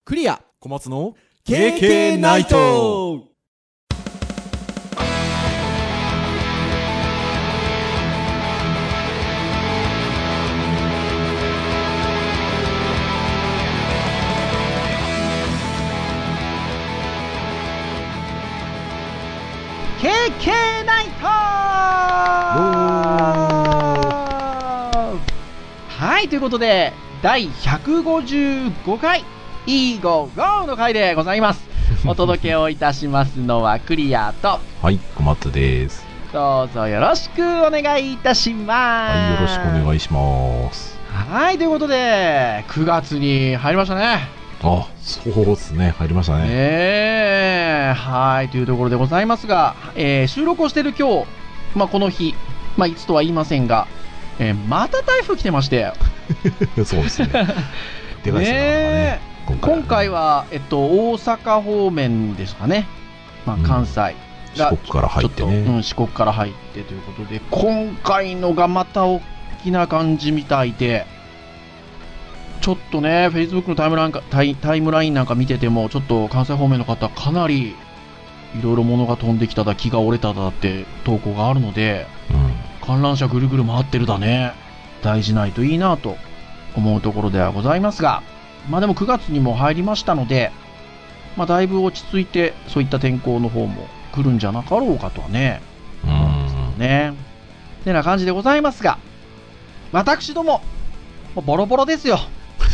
クリア小松の KK ナイト。 KK ナイト。はい、ということで第155回イーゴーゴーの回でございます。お届けをいたしますのはクリアとはい、小松です。 どうぞよろしくお願いいたします。 はい、よろしくお願いします。 はい、ということで9月に入りましたね。 あ、そうですね、入りましたね。 はい、というところでございますが、収録をしている今日、この日、いつとは言いませんが、また台風来てましてそうですね。でかいですね。 今回は、大阪方面ですかね。関西が四国から入ってね。 四国から入ってということで、今回のがまた大きな感じみたいで、ちょっとね、Facebook のタイムラインなんか見てても、ちょっと関西方面の方、かなりいろいろ物が飛んできただ、木が折れただって投稿があるので、観覧車ぐるぐる回ってるだね。大事ないといいなと思うところではございますが、でも9月にも入りましたので、だいぶ落ち着いて、そういった天候の方も来るんじゃなかろうかとはね、思うんですけどね。てな感じでございますが、私ども、ボロボロですよ。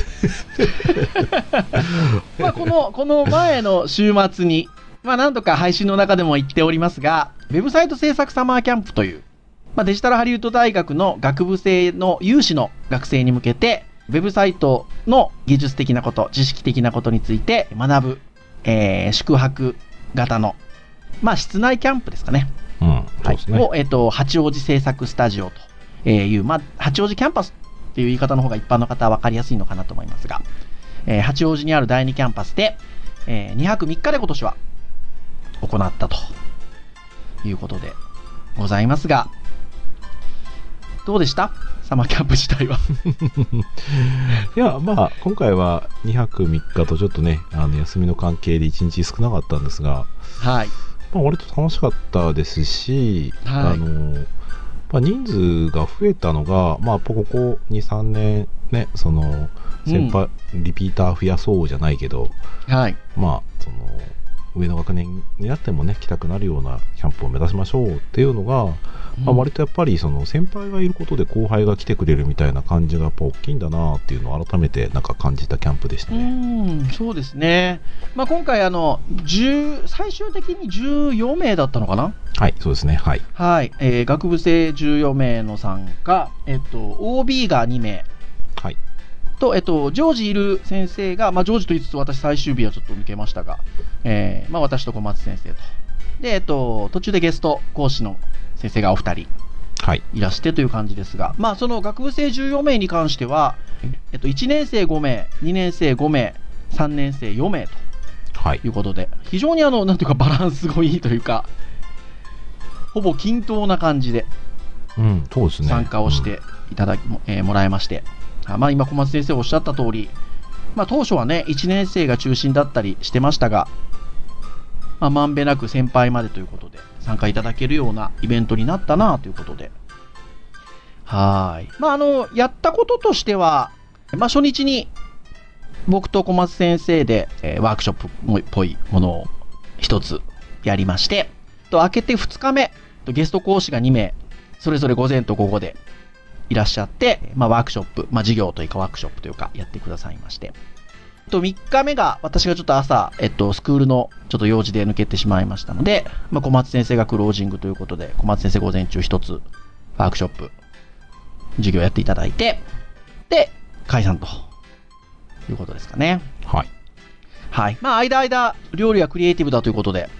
この前の週末に、何度か配信の中でも言っておりますが、ウェブサイト制作サマーキャンプという、デジタルハリウッド大学の学部生の有志の学生に向けて、ウェブサイトの技術的なこと、知識的なことについて学ぶ、宿泊型の、室内キャンプですかね。 そうですね。 を、八王子制作スタジオという、八王子キャンパスっていう言い方の方が一般の方は分かりやすいのかなと思いますが、八王子にある第2キャンパスで、2泊3日で今年は行ったということでございますが、どうでしたサマーキャンプ自体は。 いや、今回は2泊3日とちょっとね、休みの関係で1日少なかったんですが、 はい。 割と楽しかったですし、人数が増えたのが、ここ2、3年ね、その先輩、リピーター増やそうじゃないけど、 はい。 その上の学年になってもね、来たくなるようなキャンプを目指しましょうっていうのが、割とやっぱりその先輩がいることで後輩が来てくれるみたいな感じがやっぱ大きいんだなっていうのを改めて感じたキャンプでしたね。 そうですね。今回最終的に14名だったのかな。 はい、そうですね。はい。 はい。学部生14名の参加、OB が2名。 はい。 と、常時いる先生が、常時と言いつつ私最終日はちょっと抜けましたが、私と小松先生と。で、途中でゲスト講師の先生がお二人いらしてという感じですが、その学部生14名に関しては、1年生5名、2年生5名、3年生4名ということで、非常になんというかバランスがいいというか、ほぼ均等な感じでそうですね、 参加をしていただき、もらいまして、今小松先生おっしゃった通り、当初はね1年生が中心だったりしてましたが、まんべんなく先輩までということで参加いただけるようなイベントになったなということで、やったこととしては、初日に僕と小松先生で、ワークショップっぽいものを一つやりまして、明けて2日目ゲスト講師が2名それぞれ午前と午後でいらっしゃって、ワークショップ、授業というかワークショップというかやってくださいまして、3日目が私がちょっと朝、スクールのちょっと用事で抜けてしまいましたので、小松先生がクロージングということで、小松先生午前中一つワークショップ授業やっていただいて、で解散ということですかね。 はい。 はい。間料理はクリエイティブだということで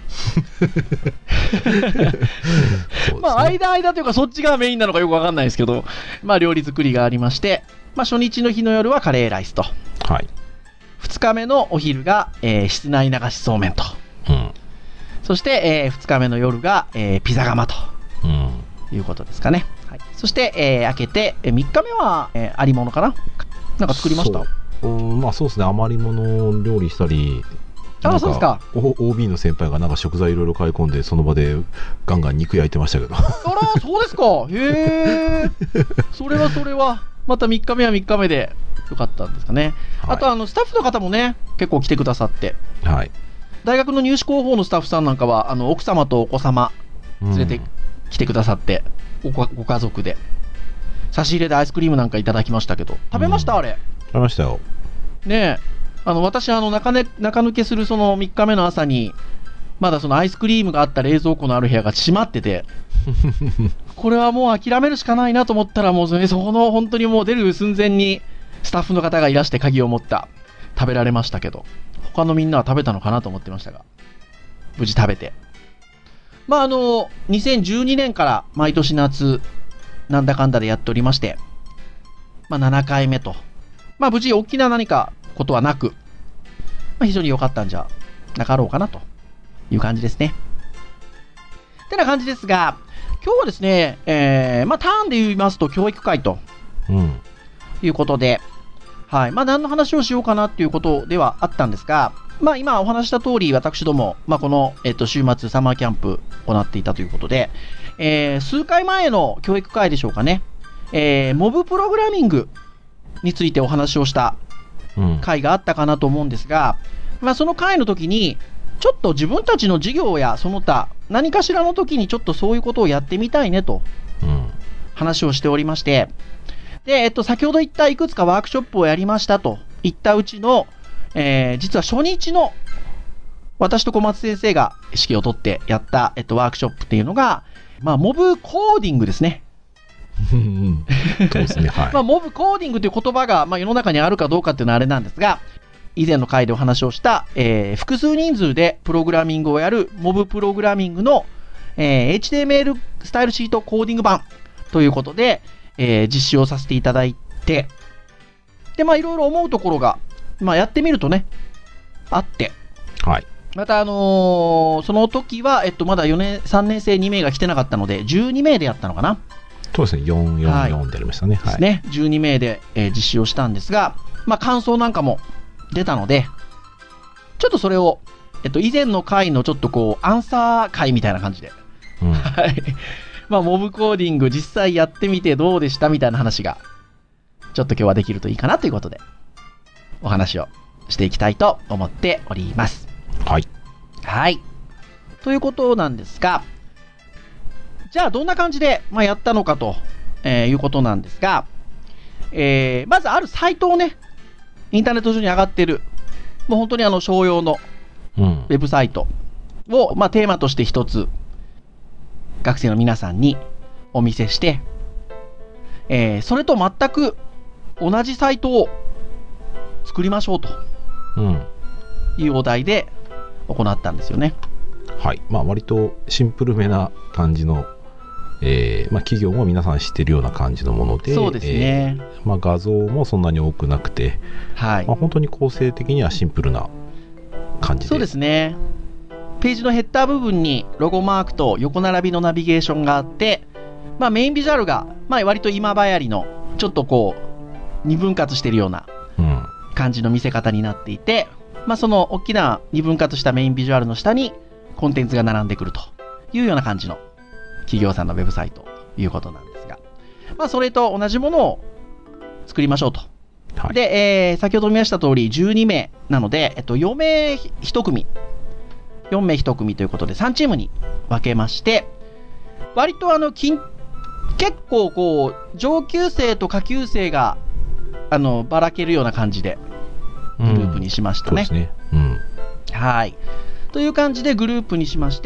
間というかそっちがメインなのかよくわかんないですけど、料理作りがありまして、初日の日の夜はカレーライスと、 はい。 2日目のお昼が、室内流しそうめんと、そして、2日目の夜が、ピザ窯と、いうことですかね。はい、そして、明けて、3日目は、ありものかな、なんか作りました？ まあそうですね、余り物料理したり、 そうですか。 OB の先輩がなんか食材いろいろ買い込んで、その場でガンガン肉焼いてましたけど。 あら、そうですか。へえ。それは、また3日目は3日目でよかったんですかね。はい、あとスタッフの方もね、結構来てくださって。 はい。 大学の入試広報のスタッフさんなんかは、奥様とお子様連れて来てくださって、ご家族で。差し入れでアイスクリームなんかいただきましたけど、食べました、あれ。 食べましたよ。 ねえ。私中抜けするその3日目の朝にまだそのアイスクリームがあった冷蔵庫のある部屋が閉まっててこれはもう諦めるしかないなと思ったら、もうその本当にもう出る寸前にスタッフの方がいらして鍵を持った食べられましたけど、他のみんなは食べたのかなと思ってましたが、無事食べて、まあ2012年から毎年夏なんだかんだでやっておりまして、まあ7回目と、まあ無事大きな何かことはなく、まあ、非常に良かったんじゃなかろうかなという感じですね。てな感じですが、今日はですね、まあターンで言いますと教育会ということで、はい、まあ何の話をしようかなっていうことではあったんですが、まあ今お話した通り、私ども、まあこの、週末サマーキャンプを行っていたということで、数回前の教育会でしょうかね、モブプログラミングについてお話をした回があったかなと思うんですが、まあ、その回の時にちょっと自分たちの授業やその他何かしらの時にちょっとそういうことをやってみたいねと話をしておりまして、で、先ほど言ったいくつかワークショップをやりましたと言ったうちの、実は初日の私と小松先生が指揮を取ってやった、ワークショップっていうのが、まあ、モブコーディングですね。 そうですね、はい。 まあ、モブコーディングという言葉が、まあ、世の中にあるかどうかっていうのはあれなんですが、以前の回でお話をした、複数人数でプログラミングをやるモブプログラミングの、HTML スタイルシートコーディング版ということで、実施をさせていただいて、で、まあいろいろ思うところが、まあやってみるとね、あって、 はい。 またその時は、まだ3年生2名が来てなかったので、12名でやったのかな。 そうですね、444でありましたね。はい。 ですね。12名で、実施をしたんですが、まあ、感想なんかも出たので、ちょっとそれを、以前の回のちょっとこう、アンサー回みたいな感じで、はい。まあ、モブコーディング実際やってみてどうでしたみたいな話が、ちょっと今日はできるといいかなということで、お話をしていきたいと思っております。 はい。 はい。ということなんですが、じゃあどんな感じで、まあ、やったのかと、いうことなんですが、まずあるサイトをね、インターネット上に上がっている、もう本当に商用のウェブサイトを、まあ、テーマとして一つ学生の皆さんにお見せして、それと全く同じサイトを作りましょうというお題で行ったんですよね。 はい。まあ割とシンプルめな感じの、まあ、企業も皆さん知ってるような感じのもので、 そうですね。 まあ、画像もそんなに多くなくて、 はい。 まあ、本当に構成的にはシンプルな感じで。 そうですね。ページのヘッダー部分にロゴマークと横並びのナビゲーションがあって、まあ、メインビジュアルが、まあ、割と今流行りのちょっとこう二分割しているような感じの見せ方になっていて、まあ、その大きな二分割したメインビジュアルの下にコンテンツが並んでくるというような感じの企業さんのウェブサイトということなんですが、まあ、それと同じものを作りましょうと。はい、で、先ほど見ました通り12名なので、4名1組4名1組ということで3チームに分けまして、割と結構こう上級生と下級生がばらけるような感じでグループにしましたね。 そうですね。うん。 はい。という感じでグループにしまして、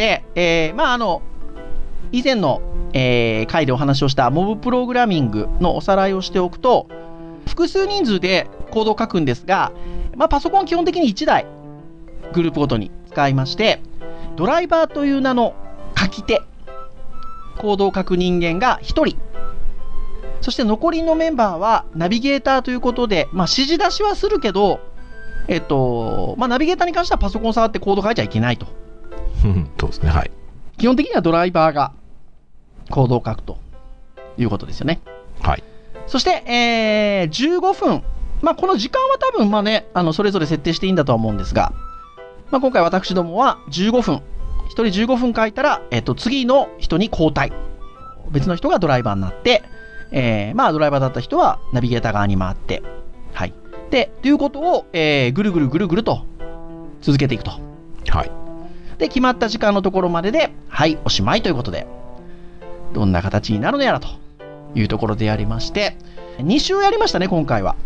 まあ以前の、回でお話をしたモブプログラミングのおさらいをしておくと、複数人数でコードを書くんですが、まあ、パソコンは基本的に1台グループごとに使いまして、ドライバーという名の書き手、コードを書く人間が1人、そして残りのメンバーはナビゲーターということで、まあ、指示出しはするけど、まあ、ナビゲーターに関してはパソコンを触ってコード書いちゃいけないと。 そうですね。はい。 基本的にはドライバーがコードを書くということですよね。 はい。 そして、15分まあ、この時間は多分まあね、それぞれ設定していいんだとは思うんですが、まあ、今回私どもは15分、1人15分書いたら、次の人に交代。別の人がドライバーになって、まあ、ドライバーだった人はナビゲーター側に回って、はい。で、ということを、ぐるぐるぐるぐると続けていくと。 はい。 で、決まった時間のところまでで、はい、おしまいということで、どんな形になるのやらというところでやりまして、2週やりましたね、今回は。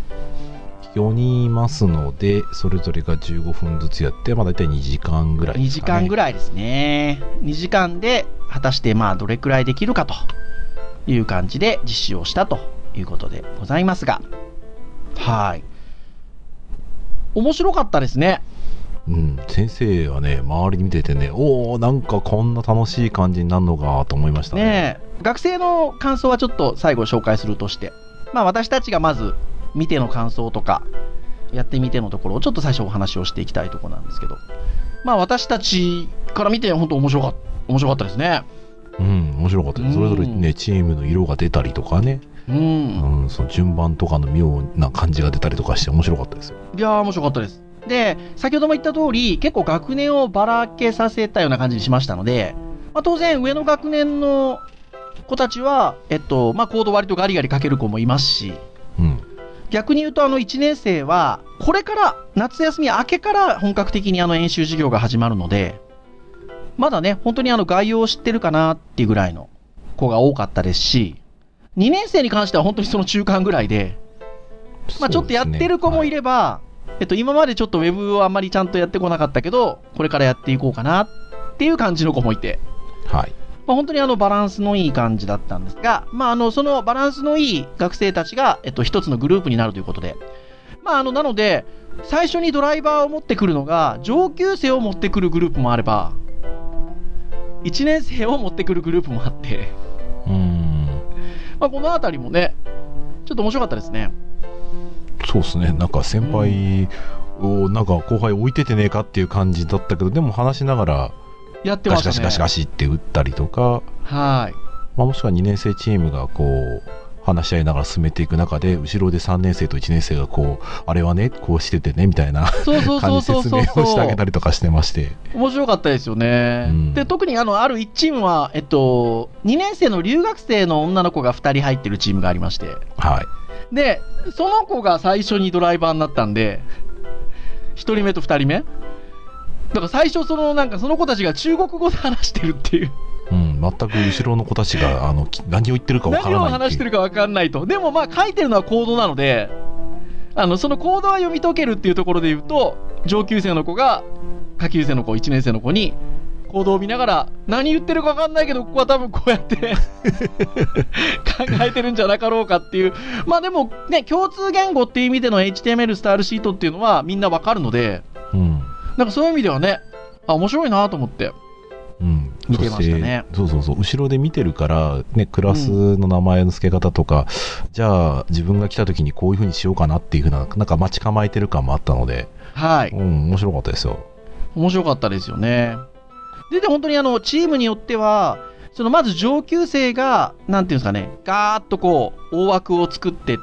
4人いますので、それぞれが15分ずつやって、まあ大体2時間ぐらいですかね。2時間ぐらいですね。2時間で、果たしてまあどれくらいできるかという感じで実施をしたということでございますが、はい。面白かったですね。うん、先生はね、周りに見ててね、おー、なんかこんな楽しい感じになるのかと思いましたね。 ねえ、学生の感想はちょっと最後紹介するとして、まあ私たちがまず見ての感想とか、やってみてのところをちょっと最初お話をしていきたいところなんですけど、まあ私たちから見て本当面白かったですね。 うん、面白かったです。それぞれね、チームの色が出たりとかね、その順番とかの妙な感じが出たりとかして面白かったですよ。 いやー、面白かったです。で、先ほども言った通り、結構学年をばらけさせたような感じにしましたので、まあ、当然上の学年の子たちは、まあ、コード割とガリガリかける子もいますし、 うん、 逆に言うと1年生は、これから夏休み明けから本格的に演習授業が始まるので、まだね、本当に概要を知ってるかなっていうぐらいの子が多かったですし、2年生に関しては本当にその中間ぐらいで、まあ、ちょっとやってる子もいれば、今までちょっとウェブをあんまりちゃんとやってこなかったけど、これからやっていこうかなっていう感じの子もいて、 はい。 まあ、本当にバランスのいい感じだったんですが、まあ、そのバランスのいい学生たちが、一つのグループになるということで、まあ、なので、最初にドライバーを持ってくるのが、上級生を持ってくるグループもあれば、1年生を持ってくるグループもあって、まあ、このあたりもね、ちょっと面白かったですね。 そうですね、なんか先輩をなんか後輩置いててねえかっていう感じだったけど、でも話しながらやってましたね。 ガシガシって打ったりとか、 はい。 まあ、もしくは2年生チームがこう話し合いながら進めていく中で、後ろで3年生と1年生がこう、あれはねこうしててねみたいな感じで説明をしてあげたりとかしてまして、 面白かったですよね。で、特にある1チームは、2年生の留学生の女の子が2人入ってるチームがありまして、 はい。 で、その子が最初にドライバーになったんで、1人目と2人目だから最初なんかその子たちが中国語で話してるっていう、 全く後ろの子たちが何を言ってるかわからない、 何を話してるかわかんないと。でもまあ書いてるのはコードなので、そのコードは読み解けるっていうところで言うと、上級生の子が下級生の子、1年生の子にコードを見ながら、何言ってるかわかんないけど、ここは多分こうやって考えてるんじゃなかろうかっていう。まあでもね、共通言語っていう意味での HTML スタイルシートっていうのはみんなわかるので、なんかそういう意味ではね、面白いなと思って見てましたね。 そう後ろで見てるからね、クラスの名前の付け方とか、じゃあ自分が来た時にこういう風にしようかなっていう風な、なんか待ち構えてる感もあったので、 はい、 面白かったですよ。 面白かったですよね。で本当にチームによっては、まず上級生がなんていうんですかね、ガーッとこう大枠を作ってって、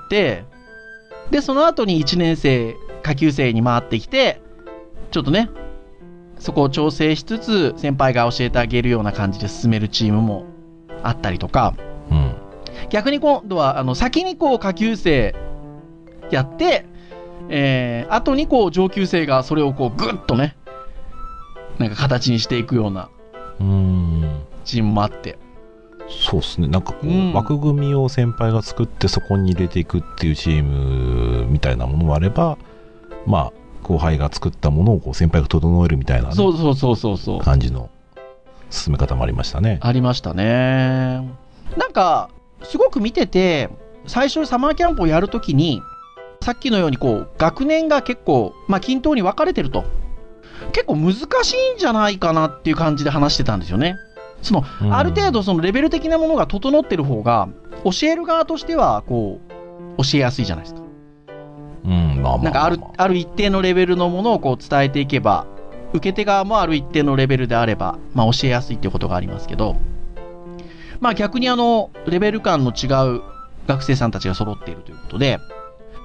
でその後に1年生下級生に回ってきて、ちょっとねそこを調整しつつ先輩が教えてあげるような感じで進めるチームもあったりとか、逆に今度は先にこう下級生やって、後にこう上級生がそれをこうグッとね、なんか形にしていくようなチームもあって、 そうですね、なんかこう、枠組みを先輩が作ってそこに入れていくっていうチームみたいなものもあれば、まあ後輩が作ったものをこう先輩が整えるみたいな、ね、 そう感じの進め方もありましたね。 ありましたね。なんかすごく見てて、最初サマーキャンプをやるときに、さっきのようにこう学年が結構、均等に分かれてると、結構難しいんじゃないかなっていう感じで話してたんですよね。ある程度そのレベル的なものが整ってる方が、教える側としてはこう教えやすいじゃないですか。なんかある一定のレベルのものをこう伝えていけば、受け手側もある一定のレベルであれば、教えやすいっていうことがありますけど、逆にレベル感の違う学生さんたちが揃っているということで、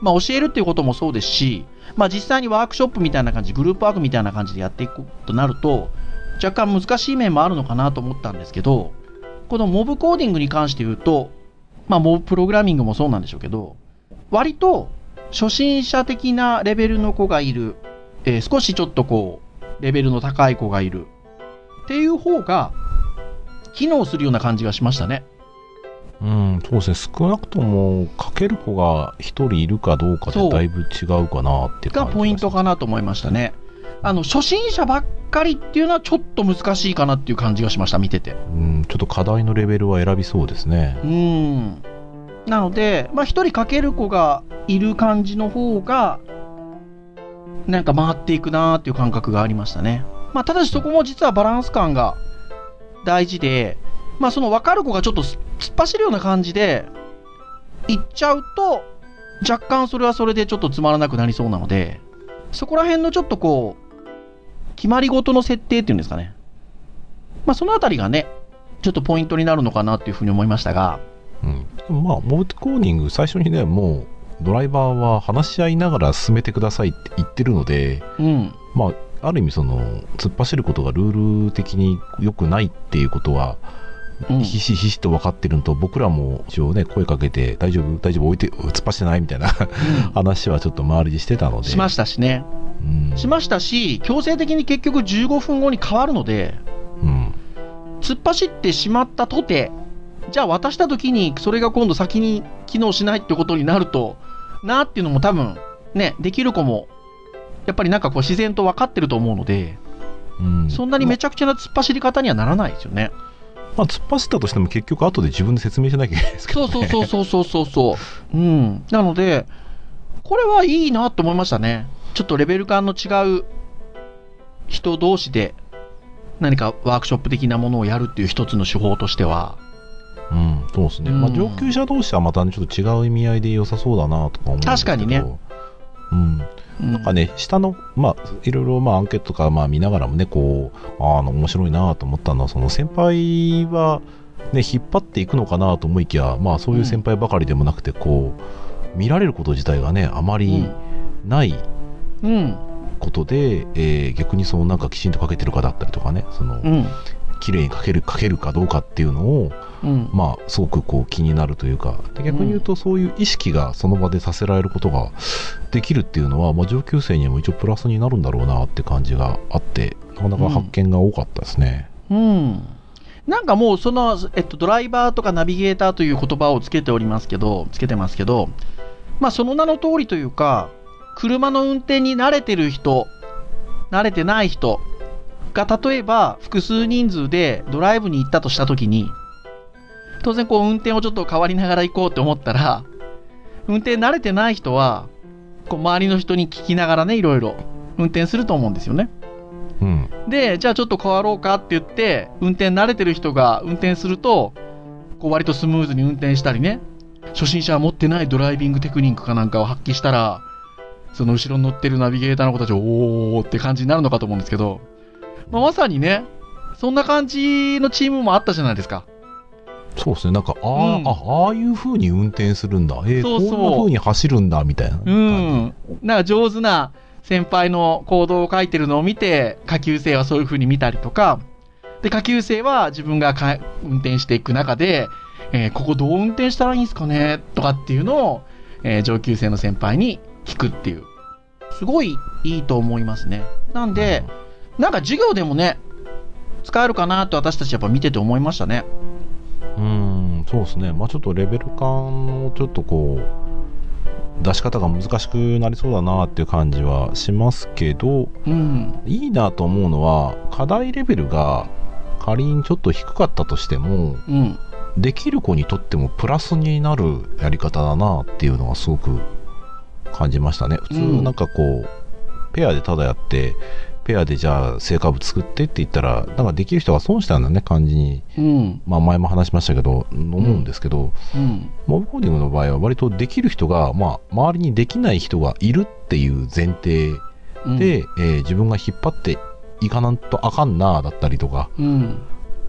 まあ、教えるっていうこともそうですし、まあ、実際にワークショップみたいな感じ、グループワークみたいな感じでやっていくとなると、若干難しい面もあるのかなと思ったんですけど、このモブコーディングに関して言うと、まあ、モブプログラミングもそうなんでしょうけど、割と初心者的なレベルの子がいる、少しちょっとこう、レベルの高い子がいるっていう方が、機能するような感じがしましたね。 そうですね。少なくとも書ける子が一人いるかどうかでだいぶ違うかなって感じがポイントかなと思いましたね。初心者ばっかりっていうのはちょっと難しいかなっていう感じがしました、見てて。 ちょっと課題のレベルは選びそうですね。 なので、まあ一人書ける子がいる感じの方がなんか回っていくなーっていう感覚がありましたね。まあただしそこも実はバランス感が大事で、まあその分かる子がちょっと突っ走るような感じでいっちゃうと若干それはそれでちょっとつまらなくなりそうなので、そこら辺のちょっとこう決まり事の設定っていうんですかね、まあそのあたりがねちょっとポイントになるのかなっていうふうに思いましたが、 でもまあモブコーディング最初にね、もうドライバーは話し合いながら進めてくださいって言ってるので、まあある意味その突っ走ることがルール的に良くないっていうことはひしひしと分かってるのと、僕らも一応ね声かけて大丈夫置いて突っ走ってないみたいな話はちょっと周りでしてたので、 しましたしね、しましたし、強制的に結局15分後に変わるので、突っ走ってしまったとて、じゃあ渡した時にそれが今度先に機能しないってことになるとなっていうのも多分ね、できる子もやっぱりなんかこう自然と分かってると思うので、そんなにめちゃくちゃな突っ走り方にはならないですよね。 まあ突っ走ったとしても結局後で自分で説明しなきゃいけないですけどね。 そうなのでこれはいいなと思いましたね。ちょっとレベル感の違う人同士で何かワークショップ的なものをやるっていう一つの手法としては、 そうですね。まあ上級者同士はまたねちょっと違う意味合いで良さそうだなとか思うんですけど。 確かにね。 なんかね、下の、まあ、いろいろ、まあ、アンケートとか、まあ、見ながらもね、こう、面白いなと思ったのは、その先輩は、ね、引っ張っていくのかなと思いきや、まあ、そういう先輩ばかりでもなくて、こう、見られること自体がね、あまりないことで、逆にその、なんかきちんと書けてるかだったりとかね、その、綺麗に書けるかどうかっていうのを、まあすごくこう気になるというか、で逆に言うとそういう意識がその場でさせられることができるっていうのは、まあ、上級生にも一応プラスになるんだろうなって感じがあって、なかなか発見が多かったですね。 なんかもうその、ドライバーとかナビゲーターという言葉をつけてますけど、まあその名の通りというか、車の運転に慣れてる人、慣れてない人が例えば複数人数でドライブに行ったとしたときに、当然こう運転をちょっと変わりながら行こうと思ったら、運転慣れてない人はこう周りの人に聞きながらね、いろいろ運転すると思うんですよね。で、じゃあちょっと変わろうかって言って運転慣れてる人が運転すると、こう割とスムーズに運転したりね、初心者は持ってないドライビングテクニックかなんかを発揮したら、その後ろに乗ってるナビゲーターの子たちおーって感じになるのかと思うんですけど、まさにね、そんな感じのチームもあったじゃないですか。 そうですね。なんかああいう風に運転するんだ、こんな風に走るんだみたいな感じ。 なんか上手な先輩の行動を書いてるのを見て、下級生はそういう風に見たりとかで、下級生は自分が運転していく中で、ここどう運転したらいいんですかねとかっていうのを、上級生の先輩に聞くっていう、すごいいいと思いますね。なんで、なんか授業でもね使えるかなと私たちやっぱ見てて思いましたね。 そうですね。まあちょっとレベル感をちょっとこう出し方が難しくなりそうだなっていう感じはしますけど、いいなと思うのは課題レベルが仮にちょっと低かったとしても、できる子にとってもプラスになるやり方だなっていうのはすごく感じましたね。普通なんかこう、ペアでただやってペアでじゃあ成果物作ってって言ったら、なんかできる人が損したようなね感じに、まあ前も話しましたけど思うんですけど、モブコーディングの場合は割とできる人が、まあ周りにできない人がいるっていう前提で、自分が引っ張っていかなんとあかんなだったりとか、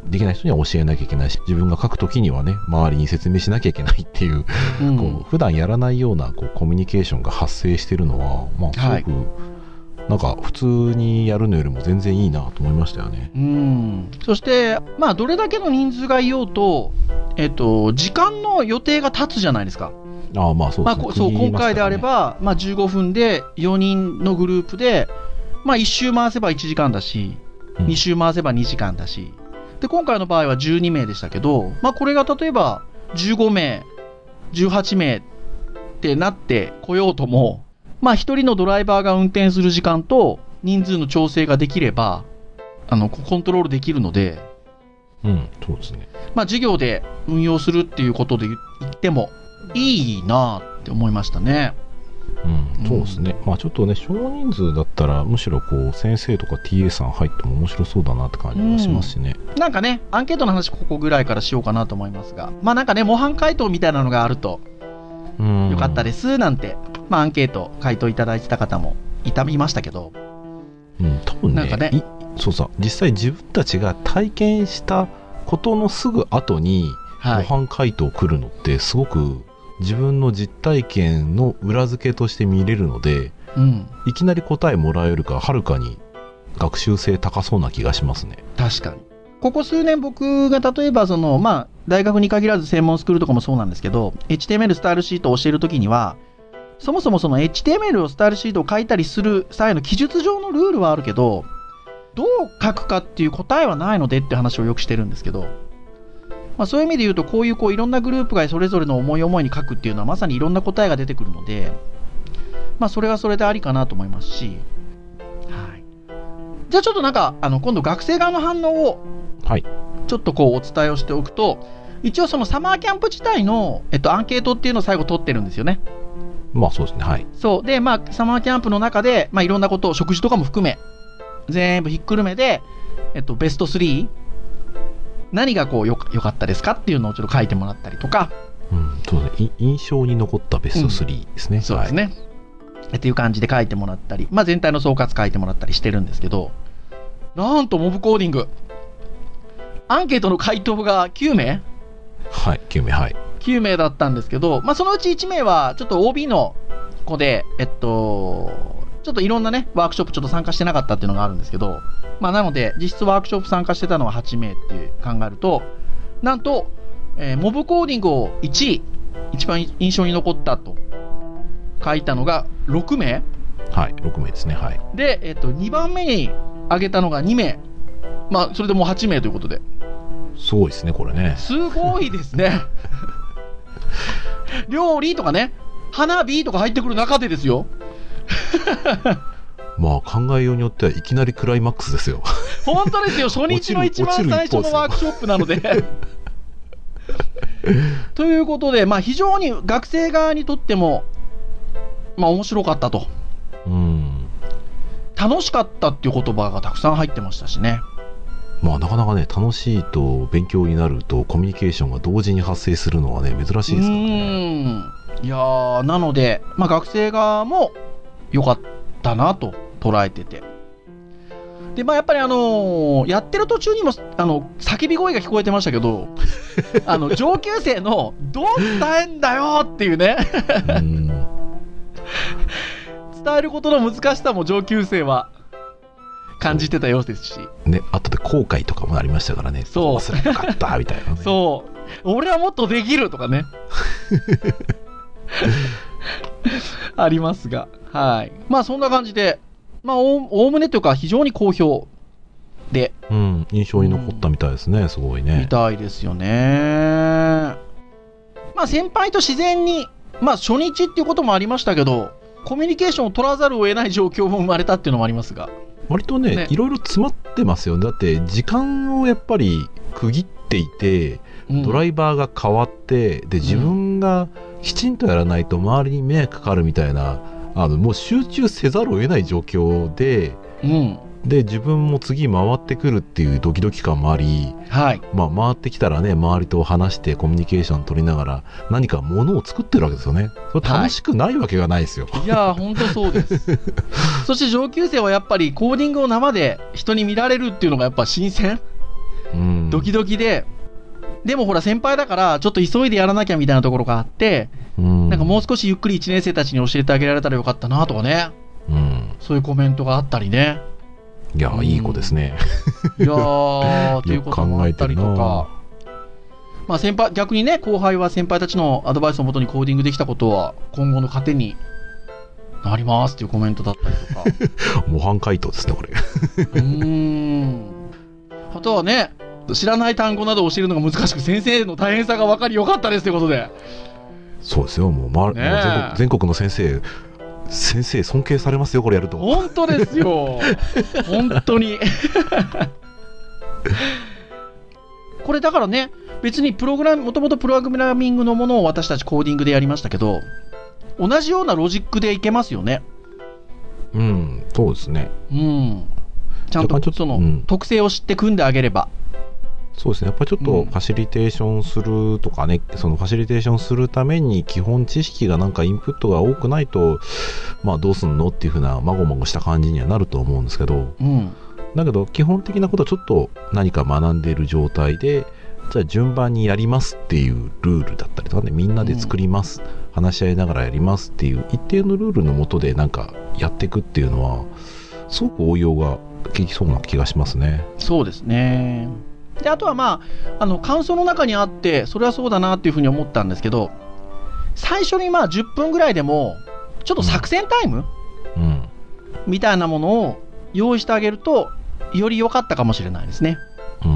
できない人には教えなきゃいけないし、自分が書くときにはね、周りに説明しなきゃいけないっていう、こう普段やらないようなこうコミュニケーションが発生してるのは、まあ、すごく、なんか普通にやるのよりも全然いいなと思いましたよね。 そして、まあ、どれだけの人数がいようと、時間の予定が経つじゃないですか。 まあそうですね。 そう今回であれば、まあ、15分で4人のグループで、まあ、1周回せば1時間だし、2周回せば2時間だし、で今回の場合は12名でしたけど、まあ、これが例えば15名、18名ってなってこようとも、まあ、1人のドライバーが運転する時間と人数の調整ができればコントロールできるので、 そうですね。 まあ、事業で運用するっていうことで言ってもいいなって思いましたね。 そうですね。まあちょっとね、少人数だったらむしろこう先生とか TA さん入っても面白そうだなって感じがしますしね。 なんかね、アンケートの話ここぐらいからしようかなと思いますが、まあなんかね、模範回答みたいなのがあるとよかったですなんて、まあアンケート回答いただいてた方もいましたけど、 多分ね、 なんかね、 そうさ、実際自分たちが体験したことのすぐ後に模範回答来るのってすごく自分の実体験の裏付けとして見れるので、いきなり答えもらえるかはるかに学習性高そうな気がしますね。 確かにここ数年僕が例えばまあ、大学に限らず専門スクールとかもそうなんですけど、 HTML スタイルシートを教えるときには、そもそもその HTML をスタイルシートを書いたりする際の記述上のルールはあるけど、どう書くかっていう答えはないのでって話をよくしてるんですけど、まあ、そういう意味で言うとこういういろんなグループがそれぞれの思い思いに書くっていうのはまさにいろんな答えが出てくるので、まあ、それはそれでありかなと思いますし、じゃあちょっとなんか今度学生側の反応をちょっとお伝えをしておくと、一応そのサマーキャンプ自体の、アンケートっていうのを最後取ってるんですよね。 まあそうですね。はい。 そうで、まあ、サマーキャンプの中で、まあ、いろんなことを食事とかも含め全部ひっくるめで、ベスト3何が良かったですかっていうのをちょっと書いてもらったりとか、 そうですね、印象に残ったベスト3ですね。 そうですね、っていう感じで書いてもらったり、まあ、全体の総括書いてもらったりしてるんですけど、なんとモブコーディングアンケートの回答が9名 9名 9名だったんですけど、まあ、そのうち1名はちょっと OB の子でちょっといろんなねワークショップちょっと参加してなかったっていうのがあるんですけど、まあ、なので実質ワークショップ参加してたのは8名っていう考えると、なんと、モブコーディングを1位一番印象に残ったと書いたのが6名 6名ですね。 で、2番目に挙げたのが2名、まあそれでもう8名ということで、 すごいですねこれね。 すごいですね料理とかね、花火とか入ってくる中でですよまあ考えようによってはいきなりクライマックスですよ本当ですよ、初日の一番最初のワークショップなのでということで、まあ、非常に学生側にとっても、まあ、面白かったと、楽しかったっていう言葉がたくさん入ってましたしね。 まあなかなかね、楽しいと勉強になるとコミュニケーションが同時に発生するのはね珍しいですからね。 いやー、なので、まあ、学生側も良かったなと捉えてて、で、まあ、やっぱりやってる途中にも叫び声が聞こえてましたけど上級生のどう伝えんだよっていうね伝えることの難しさも上級生は感じてたようですしね、後で後悔とかもありましたからね。 そう忘れなかったみたいなねそう俺はもっとできるとかねありますが、はい、まあそんな感じで、まあおおむねというか非常に好評で、 印象に残ったみたいですね。すごいね。 みたいですよね。まあ先輩と自然に、まあ初日っていうこともありましたけど、コミュニケーションを取らざるを得ない状況も生まれたっていうのもありますが、 割とねいろいろ詰まってますよね。だって時間をやっぱり区切っていて、ドライバーが変わってで自分がきちんとやらないと周りに迷惑かかるみたいな、もう集中せざるを得ない状況で、で自分も次回ってくるっていうドキドキ感もあり、まあ、回ってきたらね周りと話してコミュニケーション取りながら何かものを作ってるわけですよね。それ楽しくないわけがないですよ、 いや本当そうですそして上級生はやっぱりコーディングを生で人に見られるっていうのがやっぱ新鮮ドキドキで、でもほら先輩だからちょっと急いでやらなきゃみたいなところがあって、なんかもう少しゆっくり1年生たちに教えてあげられたらよかったなとかね、そういうコメントがあったりね。 いやいい子ですね。 いやーっていうこともあったりとか、まあ先輩、逆にね、後輩は先輩たちのアドバイスをもとにコーディングできたことは今後の糧になりますっていうコメントだったりとか模範解答ですねこれ。 あとはね、知らない単語などを教えるのが難しく先生の大変さが分かりよかったですということで。 そうですよ、もう全国の先生尊敬されますよこれやると。 本当ですよ本当にこれだからね、別にもともとプログラミングのものを私たちコーディングでやりましたけど、同じようなロジックでいけますよね。 そうですね。 ちゃんとその特性を知って組んであげれば。 そうですね、やっぱりちょっとファシリテーションするとかね、そのファシリテーションするために基本知識がなんかインプットが多くないと、まあどうすんのっていう風なまごまごした感じにはなると思うんですけど、だけど基本的なことはちょっと何か学んでいる状態で、じゃあ順番にやりますっていうルールだったりとかね、みんなで作ります、話し合いながらやりますっていう一定のルールの下でなんかやっていくっていうのはすごく応用が効きそうな気がしますね。 そうですね。であとはまあ感想の中にあってそれはそうだなっていうふうに思ったんですけど、最初にまあ10分ぐらいでもちょっと作戦タイム、みたいなものを用意してあげるとより良かったかもしれないですね。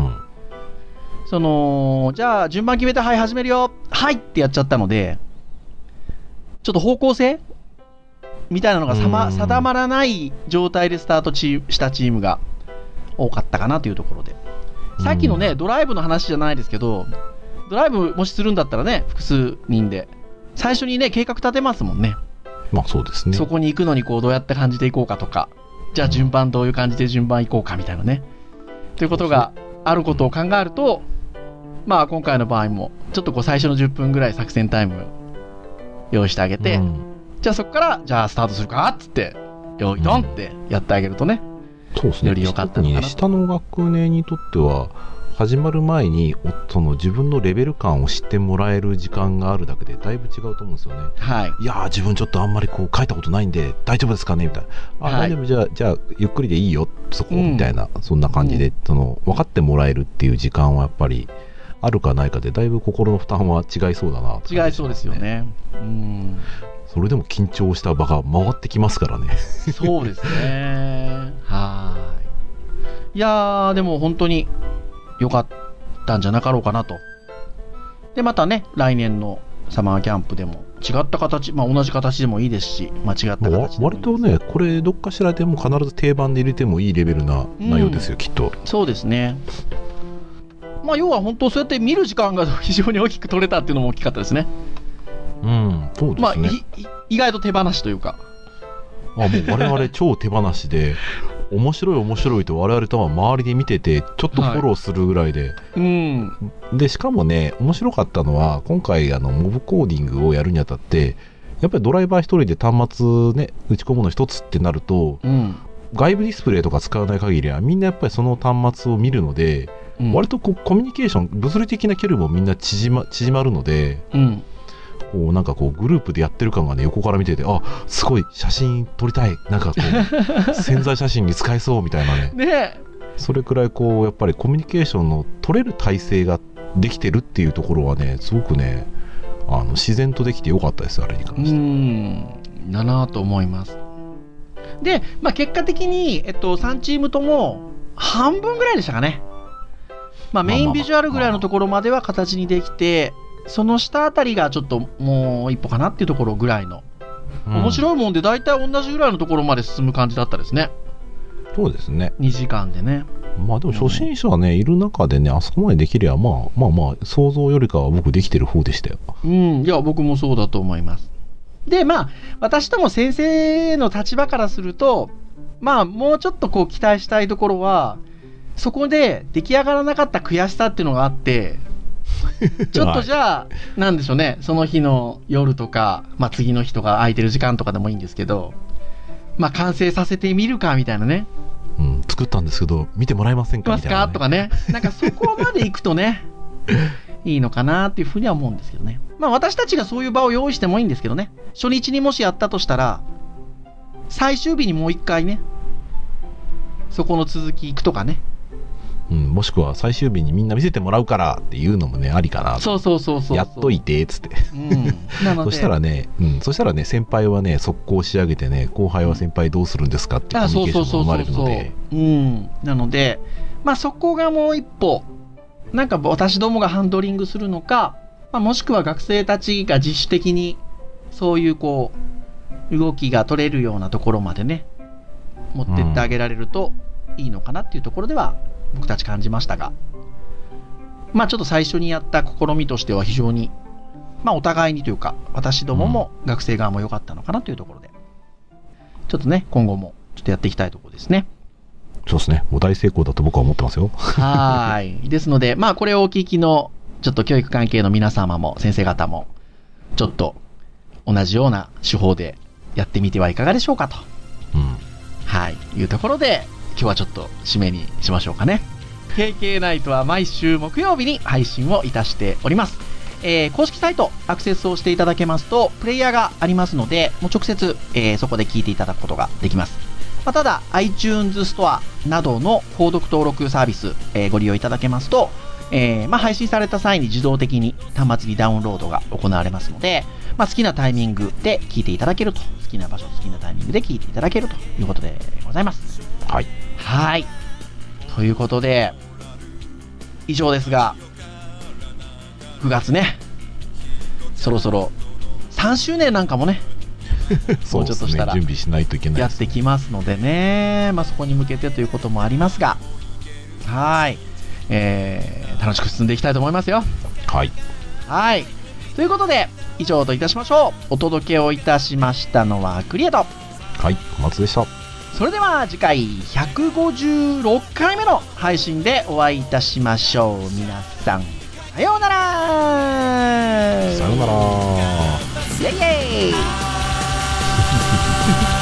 じゃあ順番決めてはい始めるよはいってやっちゃったので、ちょっと方向性みたいなのが定まらない状態でスタートしたチームが多かったかなというところで、さっきのねドライブの話じゃないですけど、ドライブもしするんだったらね、複数人で最初にね計画立てますもんね。 まあそうですね。 そこに行くのにこうどうやって感じていこうかとか、じゃあ順番どういう感じで順番行こうかみたいなね、ということがあることを考えると、まあ今回の場合もちょっとこう最初の10分ぐらい作戦タイム用意してあげて、じゃあそこからじゃあスタートするかっつって用意ドンってやってあげるとね、 そうですね、 より良かったのかな。 下の学年にとっては始まる前にその自分のレベル感を知ってもらえる時間があるだけでだいぶ違うと思うんですよね。いや自分ちょっとあんまりこう書いたことないんで大丈夫ですかねみたいな、大丈夫、じゃあゆっくりでいいよそこみたいな、そんな感じで、分かってもらえるっていう時間はやっぱりあるかないかでだいぶ心の負担は違いそうだなって、 違いそうですよね。 それでも緊張した場が回ってきますからねそうですね。いやでも本当に良かったんじゃなかろうかなと。でまたね来年のサマーキャンプでも違った形、同じ形でもいいですし、違った形でもいいです。 割とねこれどっかしらでも必ず定番で入れてもいいレベルな内容ですよ、きっと。 そうですね。要は本当そうやって見る時間が非常に大きく取れたっていうのも大きかったですね。 そうですね。 意外と手放しというか、 もう我々超手放しで面白いと我々とは周りで見ててちょっとフォローするぐらいで、でしかもね面白かったのは今回モブコーディングをやるにあたってやっぱりドライバー一人で端末ね打ち込むの一つってなると、外部ディスプレイとか使わない限りはみんなやっぱりその端末を見るので、割とこうコミュニケーション物理的な距離もみんな縮まるので、こうなんかこうグループでやってる感がね横から見てて、すごい写真撮りたい、なんかこう潜在写真に使えそうみたいなねそれくらいこうやっぱりコミュニケーションの取れる体制ができてるっていうところはねすごくね自然とできてよかったです、あれに関してだなと思います。で、結果的に、3チームとも半分ぐらいでしたかね。メインビジュアルぐらいのところまでは形にできて、その下あたりがちょっともう一歩かなっていうところぐらいの、面白いもんで大体同じぐらいのところまで進む感じだったですね。 そうですね。 2時間でね。 でも初心者ね、いる中でねあそこまでできればまあ想像よりかは僕できてる方でしたよ。 いや僕もそうだと思います。で私とも先生の立場からするともうちょっとこう期待したいところは、そこで出来上がらなかった悔しさっていうのがあってちょっとじゃあなんでしょうね、その日の夜とか、次の日とか空いてる時間とかでもいいんですけど、完成させてみるかみたいなね、 作作ったんですけど見てもらえませんかみたいな、ね、 とかね、なんかそこまで行くとねいいのかなっていうふうには思うんですけどね。まあ私たちがそういう場を用意してもいいんですけどね。初日にもしやったとしたら最終日にもう一回ねそこの続き行くとかね、 うん、もしくは最終日にみんな見せてもらうからっていうのもねありかな。 そうやっといてっつって、 うん、なのでそしたらね、先輩はね速攻仕上げてね、後輩は先輩どうするんですかっていうコミュニケーションが生まれるので、 なのでまあそこがもう一歩なんか私どもがハンドリングするのか、まあ、もしくは学生たちが自主的にそういうこう動きが取れるようなところまでね持ってってあげられるといいのかなっていうところでは僕たち感じましたが、まあちょっと最初にやった試みとしては非常にまあお互いにというか私どもも学生側も良かったのかなというところで、ちょっとね今後もちょっとやっていきたいところですね。 そうですね、もう大成功だと僕は思ってますよ。 はい。ですので、まあこれをお聞きのちょっと教育関係の皆様も先生方もちょっと同じような手法でやってみてはいかがでしょうかと、はいいうところで今日はちょっと締めにしましょうかね。KK ナイトは毎週木曜日に配信をいたしております。公式サイトアクセスをしていただけますとプレイヤーがありますのでもう直接、そこで聞いていただくことができます。まあ、ただ iTunes ストアなどの購読登録サービス、ご利用いただけますと、まあ、配信された際に自動的に端末にダウンロードが行われますので、まあ、好きなタイミングで聞いていただけると、好きな場所好きなタイミングで聞いていただけるということでございます。 はいはいということで以上ですが、9月ねそろそろ3周年なんかもねそうですね、準備しないといけないやってきますのでね、まあ、そこに向けてということもありますが、はい、楽しく進んでいきたいと思いますよ。 はいということで以上といたしましょう。お届けをいたしましたのはクリエイト、 はい小松でした。 それでは次回156回目の配信でお会いいたしましょう。皆さんさようなら。 さようなら。 イエイイエイ